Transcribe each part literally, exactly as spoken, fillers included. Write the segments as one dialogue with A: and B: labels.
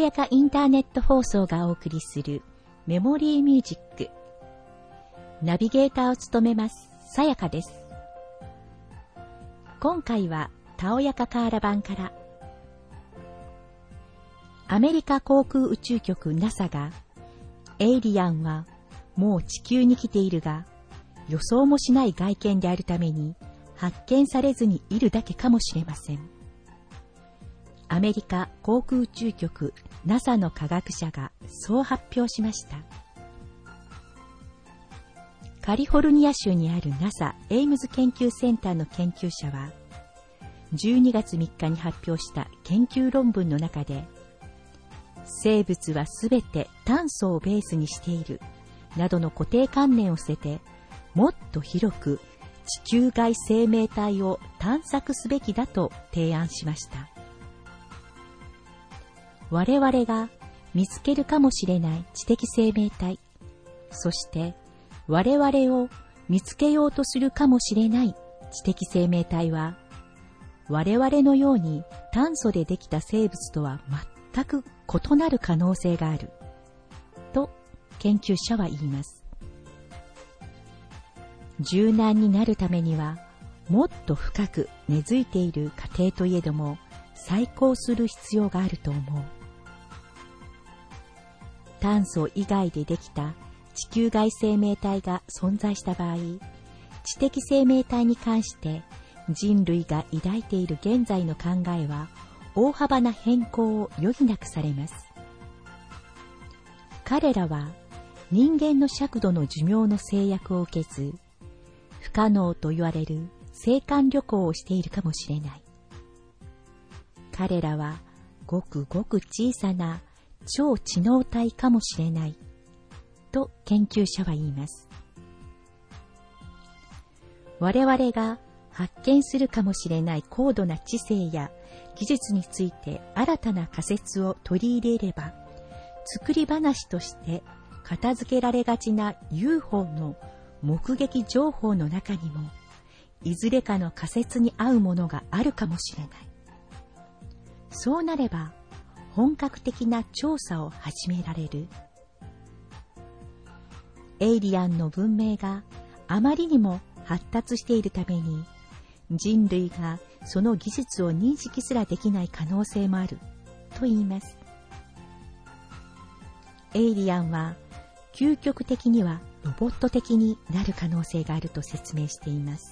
A: やかインターネット放送がお送りするメモリーミュージック。ナビゲーターを務めますさやかです。今回はたおやかカーラ版から。アメリカ航空宇宙局 ナサ がエイリアンはもう地球に来ているが予想もしない外見であるために発見されずにいるだけかもしれません。アメリカ航空宇宙局 ナサ の科学者がそう発表しました。カリフォルニア州にある ナサ エイムズ研究センターの研究者はじゅうにがつみっかに発表した研究論文の中で、生物はすべて炭素をベースにしているなどの固定観念を捨てて、もっと広く地球外生命体を探索すべきだと提案しました。我々が見つけるかもしれない知的生命体、そして我々を見つけようとするかもしれない知的生命体は、我々のように炭素でできた生物とは全く異なる可能性があると研究者は言います。柔軟になるためにはもっと深く根付いている過程といえども再考する必要があると思う。炭素以外でできた地球外生命体が存在した場合、知的生命体に関して人類が抱いている現在の考えは大幅な変更を余儀なくされます。彼らは人間の尺度の寿命の制約を受けず、不可能と言われる青函旅行をしているかもしれない。彼らはごくごく小さな超知能体かもしれないと研究者は言います。我々が発見するかもしれない高度な知性や技術について新たな仮説を取り入れれば、作り話として片付けられがちな ユーフォー の目撃情報の中にも、いずれかの仮説に合うものがあるかもしれない。そうなれば本格的な調査を始められる。エイリアンの文明があまりにも発達しているために、人類がその技術を認識すらできない可能性もあると言います。エイリアンは究極的にはロボット的になる可能性があると説明しています。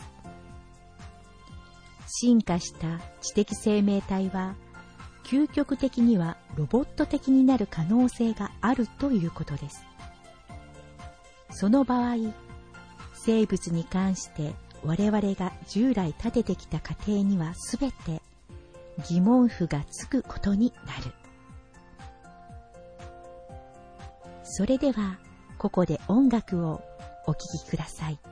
A: 進化した知的生命体は究極的にはロボット的になる可能性があるということです。その場合、生物に関して我々が従来立ててきた過程にはすべて疑問符がつくことになる。それではここで音楽をお聴きください。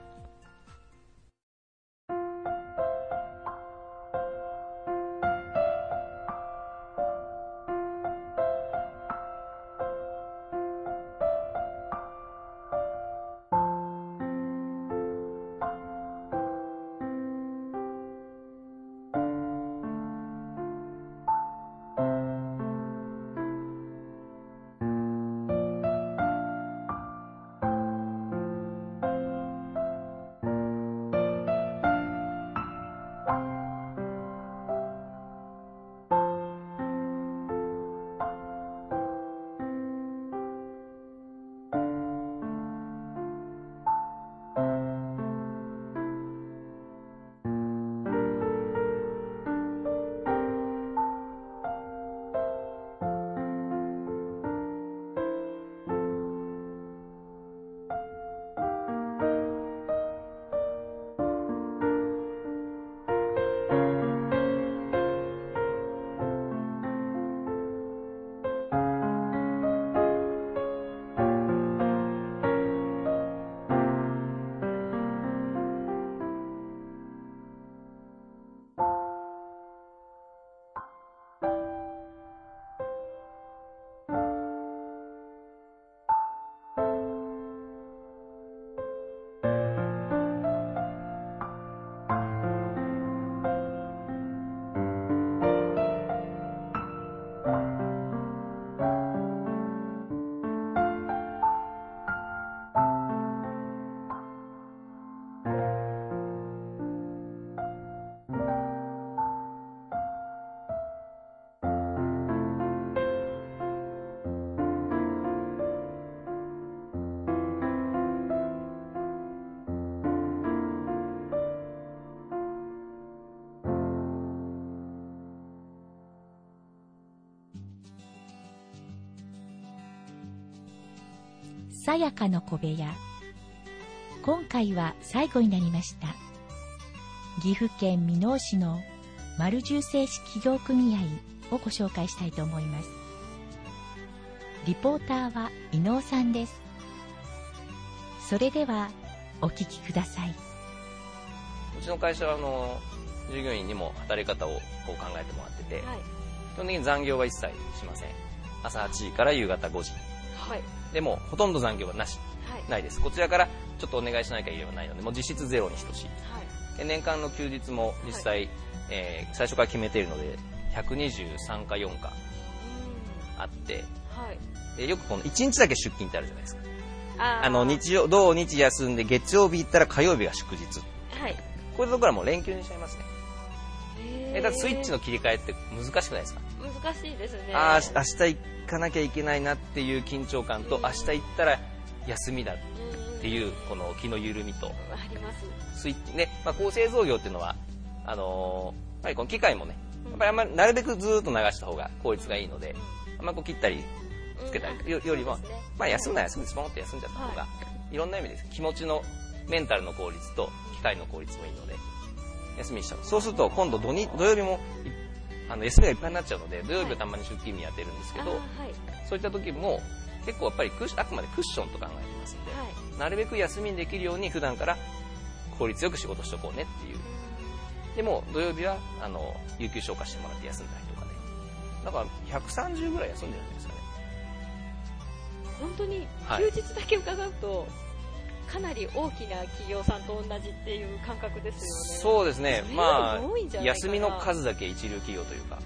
A: さやかの小部屋。今回は最後になりました。岐阜県箕面市の丸重製紙企業組合をご紹介したいと思います。リポーターは伊能さんです。それではお聞きください。
B: うちの会社はあの従業員にも働き方をこう考えてもらってて、はい、基本的に残業は一切しません。朝はちじから夕方ごじ、はい、でもほとんど残業はなし、はい、ないです。こちらからちょっとお願いしなきゃいけないので、もう実質ゼロに等しい、はい、で年間の休日も実際、はい、えー、最初から決めているのでひゃくにじゅうさんかよんかあって、はい、でよくこのいちにちだけ出勤ってあるじゃないですか。ああの日曜土日休んで月曜日行ったら火曜日が祝日、はい、こういうところはもう連休にしちゃいますね。えだってスイッチの切り替えって難しくないですか？
C: 難しいですね。
B: ああ明日行かなきゃいけないなっていう緊張感と、明日行ったら休みだっていうこの気の緩みと、ありますスイッチね。まあ、高製造業っていうのはあのー、やっぱりこの機械もね、やっぱりあんまりなるべくずっと流した方が効率がいいので、あんまりこう切ったりつけたりよりも、まあ休むなら休むでスポンと休んじゃった方が、いろんな意味です気持ちのメンタルの効率と機械の効率もいいので休みにしちゃう。そうすると今度 土, 日土曜日もあの休みがいっぱいになっちゃうので、土曜日はたまに出勤日やってるんですけど、はい、そういった時も結構やっぱりクッあくまでクッションと考えてますので、はい、なるべく休みにできるように普段から効率よく仕事しとこうねっていう。でも土曜日はあの有給消化してもらって休んだりとかね、だからひゃくさんじゅうぐらい休んでるんですかね。
C: 本当に休日だけ伺うと、はい、かなり大きな企業さんと同じっていう感覚ですよね。
B: そうですね。まあ休みの数だけ一流企業というか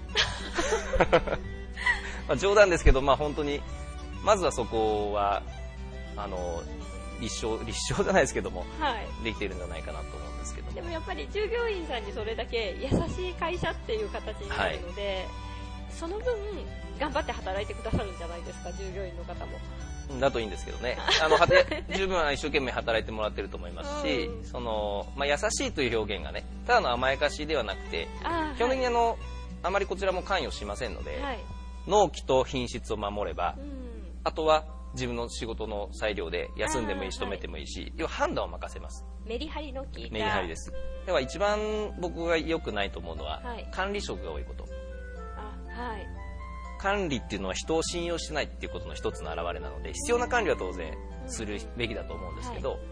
B: まあ冗談ですけど、まあ本当にまずはそこはあの立証立証じゃないですけども、はい、できているんじゃないかなと思うんですけども。
C: でもやっぱり従業員さんにそれだけ優しい会社っていう形になるので、はい、その分頑張って働いてくださるんじゃないですか、従業員の方も。
B: だといいんですけどね。あのはて十分一生懸命働いてもらってると思いますし、うん、そのまあ、優しいという表現がね、ただの甘やかしではなくて、基本的にあの、はい、あまりこちらも関与しませんので、はい、納期と品質を守れば、うん、あとは自分の仕事の裁量で休んでもいいし止めてもいいし、はい、要は判断を任せます。
C: メリハリの効いた。
B: メリハリです。では一番僕が良くないと思うのは、はい、管理職が多いこと。あ、はい。管理っていうのは人を信用しないっていうことの一つの表れなので、必要な管理は当然するべきだと思うんですけど、はい、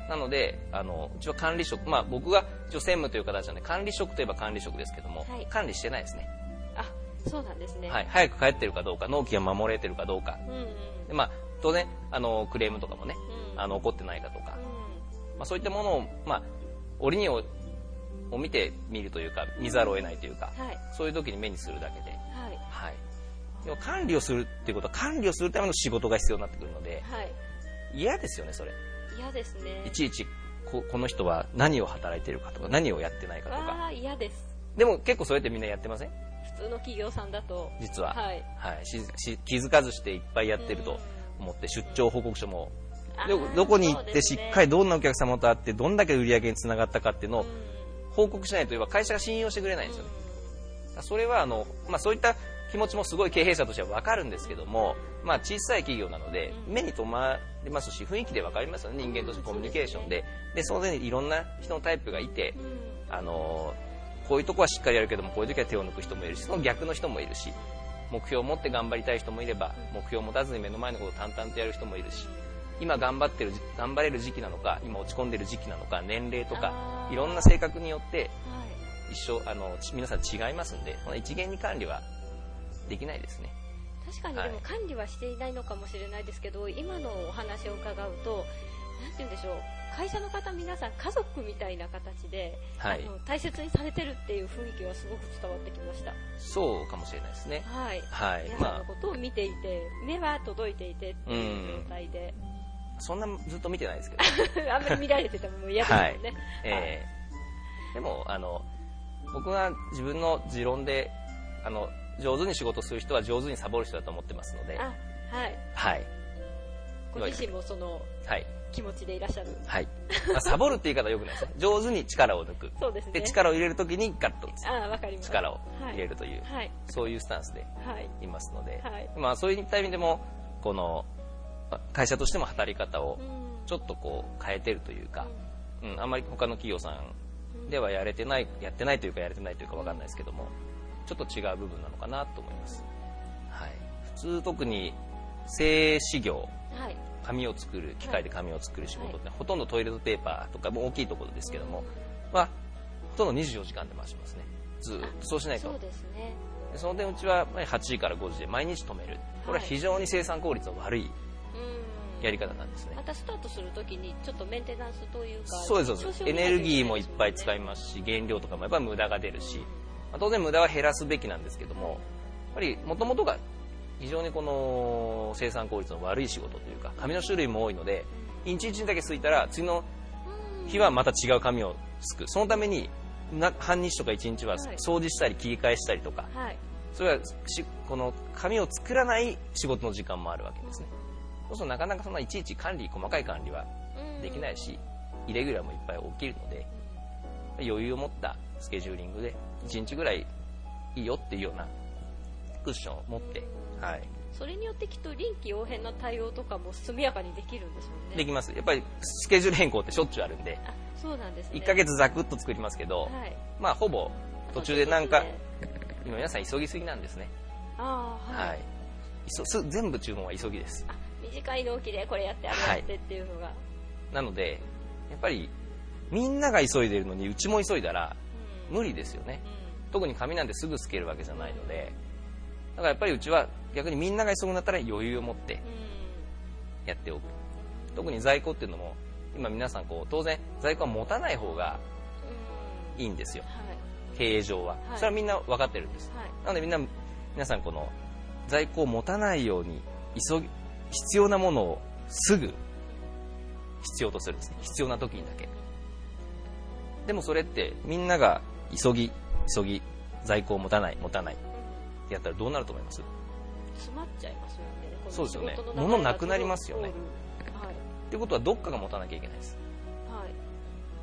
B: なのであのうちは管理職、まあ僕が一応専務という形なので管理職といえば管理職ですけども、はい、管理してないですね。
C: あ、そうなんですね。はい、
B: 早く帰ってるかどうか、納期が守れてるかどうか、うんうん、でまあ当然あのクレームとかもね、うん、あの起こってないかとか、うん、まあそういったものをまあ折にをを見てみるというか、見ざるを得ないというか、はい、そういう時に目にするだけで、はい。はい、でも管理をするっていうことは管理をするための仕事が必要になってくるので、はい、嫌ですよねそれ。
C: 嫌ですね。
B: いちいち こ, この人は何を働いてるかとか何をやってないかとか。
C: あ、嫌です。
B: でも結構それってみんなやってません？
C: 普通の企業さんだと
B: 実は、はいはい、しし気づかずしていっぱいやってると思って、出張報告書もど, どこに行ってしっかりどんなお客様と会ってどんだけ売り上げにつながったかっていうのを報告しないと会社が信用してくれないんですよね。それはあの、まあ、そういった気持ちもすごい経営者としては分かるんですけども、まあ、小さい企業なので目に留まりますし雰囲気で分かりますよね。人間としてコミュニケーションで、でその上にいろんな人のタイプがいて、あのこういうとこはしっかりやるけどもこういう時は手を抜く人もいるし、その逆の人もいるし、目標を持って頑張りたい人もいれば目標を持たずに目の前のことを淡々とやる人もいるし、今頑張ってる頑張れる時期なのか今落ち込んでる時期なのか、年齢とかいろんな性格によって一緒あの皆さん違いますんで、一元に管理はできないですね。
C: 確かにでも管理はしていないのかもしれないですけど、はい、今のお話を伺うとなんて言うんでしょう、会社の方皆さん家族みたいな形で、はい、あの大切にされてるっていう雰囲気はすごく伝わってきました。
B: そうかもしれないですね。
C: はい、はい、皆さんのことを見ていて、まあ、目は届いていてっていう状態で、
B: そんなずっと見てないですけ
C: どあんまり見られてても嫌ですよね。はい、
B: えー、でもあの僕は自分の持論であの上手に仕事する人は上手にサボる人だと思ってますので、あ、はい、はい、
C: ご自身もその、はい、気持ちでいらっしゃる。はい。
B: まあ、サボるって言い方は良くないですね。上手に力を抜く。そうですね。で力を入れるときにガッと
C: あ、わかります。
B: 力を入れるという、はい、そういうスタンスでいますので、はい、まあそういった意味でもこの会社としても働き方をちょっとこう変えてるというか、うん、あんまり他の企業さんではやれてない、やってないというかやれてないというかわかんないですけども、ちょっと違う部分なのかなと思います。はい、普通特に製紙業、はい、紙を作る、機械で紙を作る仕事って、はい、ほとんどトイレットペーパーとかも大きいところですけども、まあ、ほとんどにじゅうよじかんで回しますね。ずっとそうしないと。そうですね。その点うちははちじからごじで毎日止める。これは非常に生産効率の悪いやり方なんですね。
C: またスタートするときにちょっとメンテナンスというか、
B: そうですそうです。エネルギーもいっぱい使いますし、原料とかもやっぱり無駄が出るし、まあ、当然無駄は減らすべきなんですけども、やっぱり元々が非常にこの生産効率の悪い仕事というか、紙の種類も多いので、いちにちだけすいたら次の日はまた違う紙をすく。そのために半日とかいちにちは掃除したり切り替えしたりとか、はい、それはしこの紙を作らない仕事の時間もあるわけですね。そうするとなかなかそんないちいち管理、細かい管理はできないし、イレギュラーもいっぱい起きるので、余裕を持ったスケジューリングでいちにちぐらいいいよっていうようなクッションを持って、はい、
C: それによってきっと臨機応変な対応とかも速やかにできるんですよね。
B: できます。やっぱりスケジュール変更ってしょっちゅうあるんで、
C: あ、そうなんですね。
B: いっかげつざくっと作りますけど、はい、まあほぼ途中でなんか、ね、今皆さん急ぎすぎなんですね。あ、はい、はい、す全部注文は急ぎです。
C: あ、短い納期でこれやってあれやってっていうのが、はい、
B: なのでやっぱりみんなが急いでるのにうちも急いだら無理ですよね、うん、特に紙なんてすぐ透けるわけじゃないので、だからやっぱりうちは逆にみんなが急ぐんだったら余裕を持ってやっておく。特に在庫っていうのも今皆さんこう当然在庫は持たない方がいいんですよ、はい、経営上は、はい、それはみんな分かってるんです、はい、なのでみんな皆さんこの在庫を持たないように急ぎ必要なものをすぐ必要とするんですね。必要な時にだけ。でもそれってみんなが急ぎ急ぎ在庫を持たない持たないってやったらどうなると思います？
C: 詰まっちゃいますよね。
B: そうですよね。物なくなりますよね。はい。っていうことはどっかが持たなきゃいけないです。はい。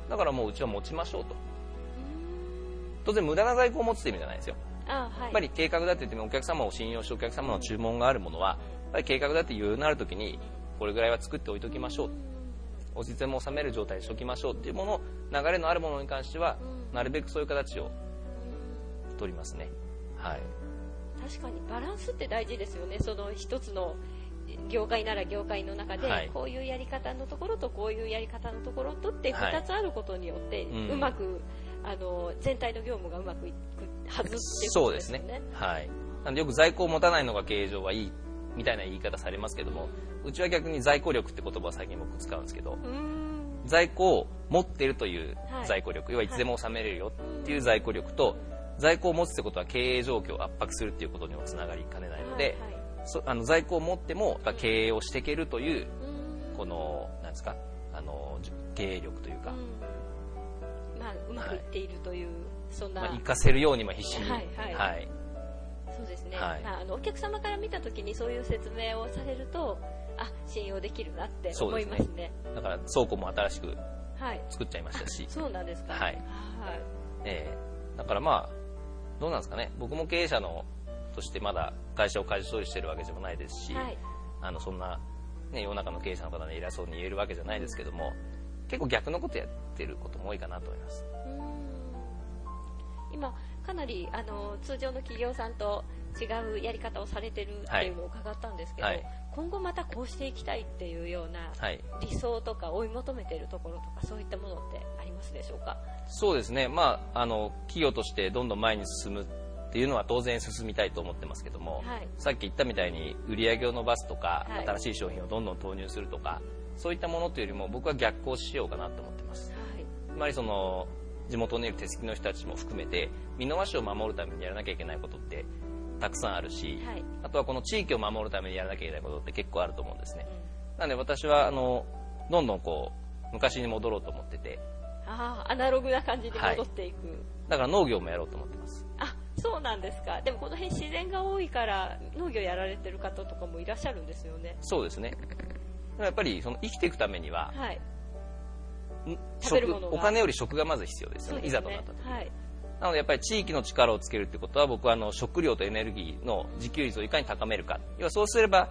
B: だからもううちは持ちましょうと。当然無駄な在庫を持つって意味じゃないですよ。あ、はい。やっぱり計画だって言ってもお客様を信用してお客様の注文があるものは、やっぱり計画だって余裕のある時にこれぐらいは作っておいておきましょう。お実も収める状態にしておきましょうっていうもの、流れのあるものに関してはなるべくそういう形を取りますね。はい。
C: 確かにバランスって大事ですよね。その一つの業界なら業界の中で、はい、こういうやり方のところとこういうやり方のところとってふたつあることによって、はい、うまく、うん、あの全体の業務がうまくいくはずっていうことですよね。
B: そうですね。はい。なんでよく在庫を持たないのが経営上はいいみたいな言い方されますけども、うちは逆に在庫力って言葉を最近僕使うんですけど、在庫を持っているという在庫力、はい、要はいつでも収めれるよっていう在庫力と、在庫を持つってことは経営状況を圧迫するっていうことにもつながりかねないので、はいはい、そあの在庫を持っても経営をしていけるという、うん、このなんですか、あの経営力というか、
C: うん、まあ、うまくいっているという、はい、そんな、
B: まあ、活かせるようにも必死に、
C: はいはいはい、そうですね、はい、まあ、あのお客様から見たときにそういう説明をされると、あ、信用できるなって思いますね。
B: そうですね。だから倉庫も新しく作っちゃいましたし、
C: はい、そうなんですか。
B: はい、はい、えー、だからまあどうなんですかね、僕も経営者のとしてまだ会社を舵取りしてるわけでもないですし、はい、あのそんな、ね、世の中の経営者の方に偉そうに言えるわけじゃないですけども、結構逆のことやってることも多いかなと思います。うーん、
C: 今かなりあの通常の企業さんと違うやり方をされてるっていうのを伺ったんですけど、はいはい、今後またこうしていきたいっていうような理想とか追い求めているところとか、そういったものってありますでしょうか？
B: そうですね、まあ、あの企業としてどんどん前に進むっていうのは当然進みたいと思ってますけども、はい、さっき言ったみたいに売り上げを伸ばすとか、はい、新しい商品をどんどん投入するとか、そういったものというよりも僕は逆行しようかなと思ってます、はい、つまりその地元にいる手先の人たちも含めて美濃和紙を守るためにやらなきゃいけないことってたくさんあるし、はい、あとはこの地域を守るためにやらなきゃいけないことって結構あると思うんですね、うん、なので私はあのどんどんこう昔に戻ろうと思ってて、
C: あ、アナログな感じで戻っていく、はい、
B: だから農業もやろうと思ってます。
C: あ、そうなんですか。でもこの辺自然が多いから農業やられてる方とかもいらっしゃるんですよね。
B: そうですね。やっぱりその生きていくためには、はい、
C: 食べるものが、
B: お金より食がまず必要ですよ ね, ですね、いざとなった時に、はい、なのでやっぱり地域の力をつけるってことは、僕はあの食料とエネルギーの自給率をいかに高めるか、要はそうすれば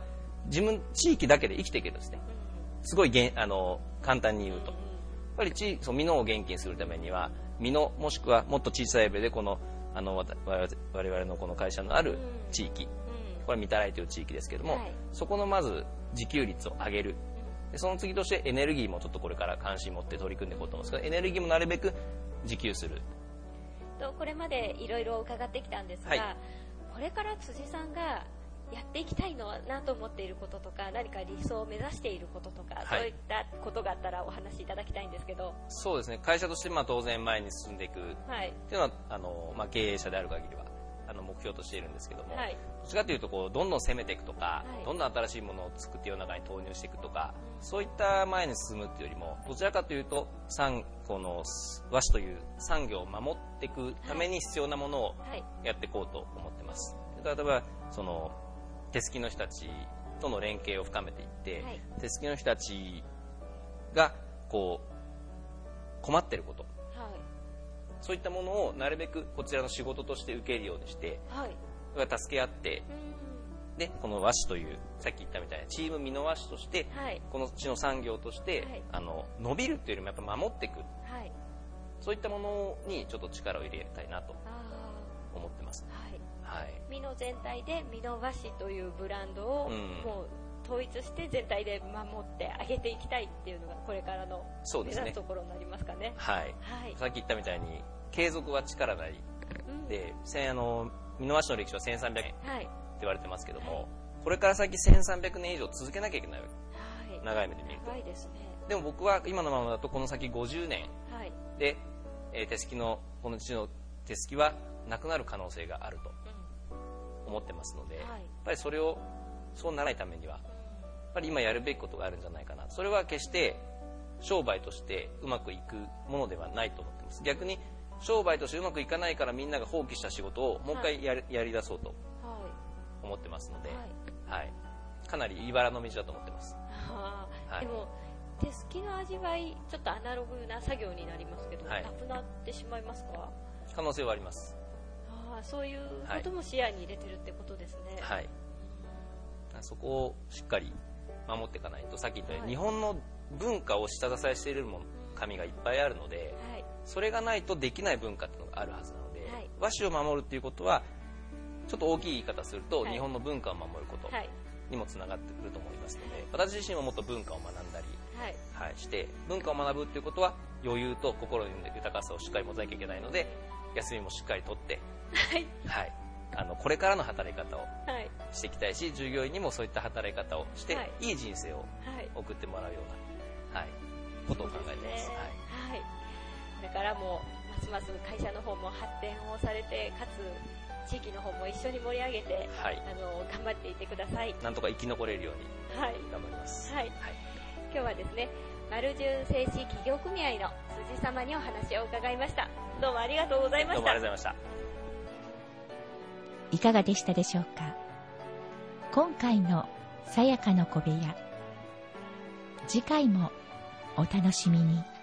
B: 自分地域だけで生きていけるんですね。すごいげんあの簡単に言うと、やっぱり地そう美濃を元気にするためには美濃もしくはもっと小さいレベルでこのあの我々のこの会社のある地域、これは御手洗という地域ですけども、はい、そこのまず自給率を上げる。でその次としてエネルギーもちょっとこれから関心持って取り組んでいこうと思うんですけど、エネルギーもなるべく自給する。
C: とこれまでいろいろ伺ってきたんですが、はい、これから辻さんがやっていきたいのはなと思っていることとか、何か理想を目指していることとか、はい、そういったことがあったらお話しいただきたいんですけど。
B: そうですね、会社としてまあ当然前に進んでいくっていうのは、あの、まあ、経営者である限りはあの目標としているんですけども、はい、どちらかというとこうどんどん攻めていくとか、はい、どんどん新しいものを作って世の中に投入していくとか、そういった前に進むっていうよりも、どちらかというと産この和紙という産業を守っていくために必要なものをやっていこうと思ってます。はい、例えばその手すきの人たちとの連携を深めていって、はい、手すきの人たちがこう困っていること、はい、そういったものをなるべくこちらの仕事として受けるようにして、はい、助け合って、でこの和紙というさっき言ったみたいなチーム美濃和紙として、はい、この地の産業として、はい、あの伸びるっていうよりもやっぱ守っていく、はい、そういったものにちょっと力を入れたいなと思ってます。はい、
C: 美濃全体で美濃和紙というブランドをもう統一して全体で守ってあげていきたいっていうのがこれからの目指すところになりますかね。
B: はい、はい、さっき言ったみたいに継続は力なり、うん、であの美濃和紙の歴史はせんさんびゃくねんって言われてますけども、はい、これから先せんさんびゃくねん以上続けなきゃいけないわけ、はい、長い目で見ると。長いですね。でも僕は今のままだとこの先ごじゅうねん、はい、で、えー、手すきのこの地の手すきはなくなる可能性があると思ってますので、はい、やっぱりそれをそうならないためにはやっぱり今やるべきことがあるんじゃないかな。それは決して商売としてうまくいくものではないと思ってます。逆に商売としてうまくいかないからみんなが放棄した仕事をもう一回やり、はい、やり出そうと思ってますので、はいはい、かなり茨の道だと思ってます。
C: はあ、はい、でも手すきの味わいちょっとアナログな作業になりますけど、はい、なくなってしまいますか？
B: 可能性はあります。
C: そういうことも視野に入れてるってことですね。
B: はい、そこをしっかり守っていかないと、さっき言ったように、はい、日本の文化を下支えしているもの紙がいっぱいあるので、はい、それがないとできない文化っていうのがあるはずなので、はい、和紙を守るっていうことはちょっと大きい言い方すると、はい、日本の文化を守ることにもつながってくると思いますので、はい、私自身ももっと文化を学んだり、はいはい、して文化を学ぶっていうことは余裕と心の豊かさをしっかり持たなきゃいけないので、休みもしっかりとってはいはい、あのこれからの働き方をしていきたいし、従業員にもそういった働き方をして、はい、いい人生を送ってもらうような、はい、ことを考えています。ね、はい、
C: これからもますます会社の方も発展をされて、かつ地域の方も一緒に盛り上げて、はい、あの頑張っていてください。
B: なんとか生き残れるように頑張ります。はいはい、はい、
C: 今日はですね、丸十製紙企業組合の辻様にお話を伺いました。どうもありがとうございました。どうもありがとうございました。
A: いかがでしたでしょうか。今回のさやかの小部屋、次回もお楽しみに。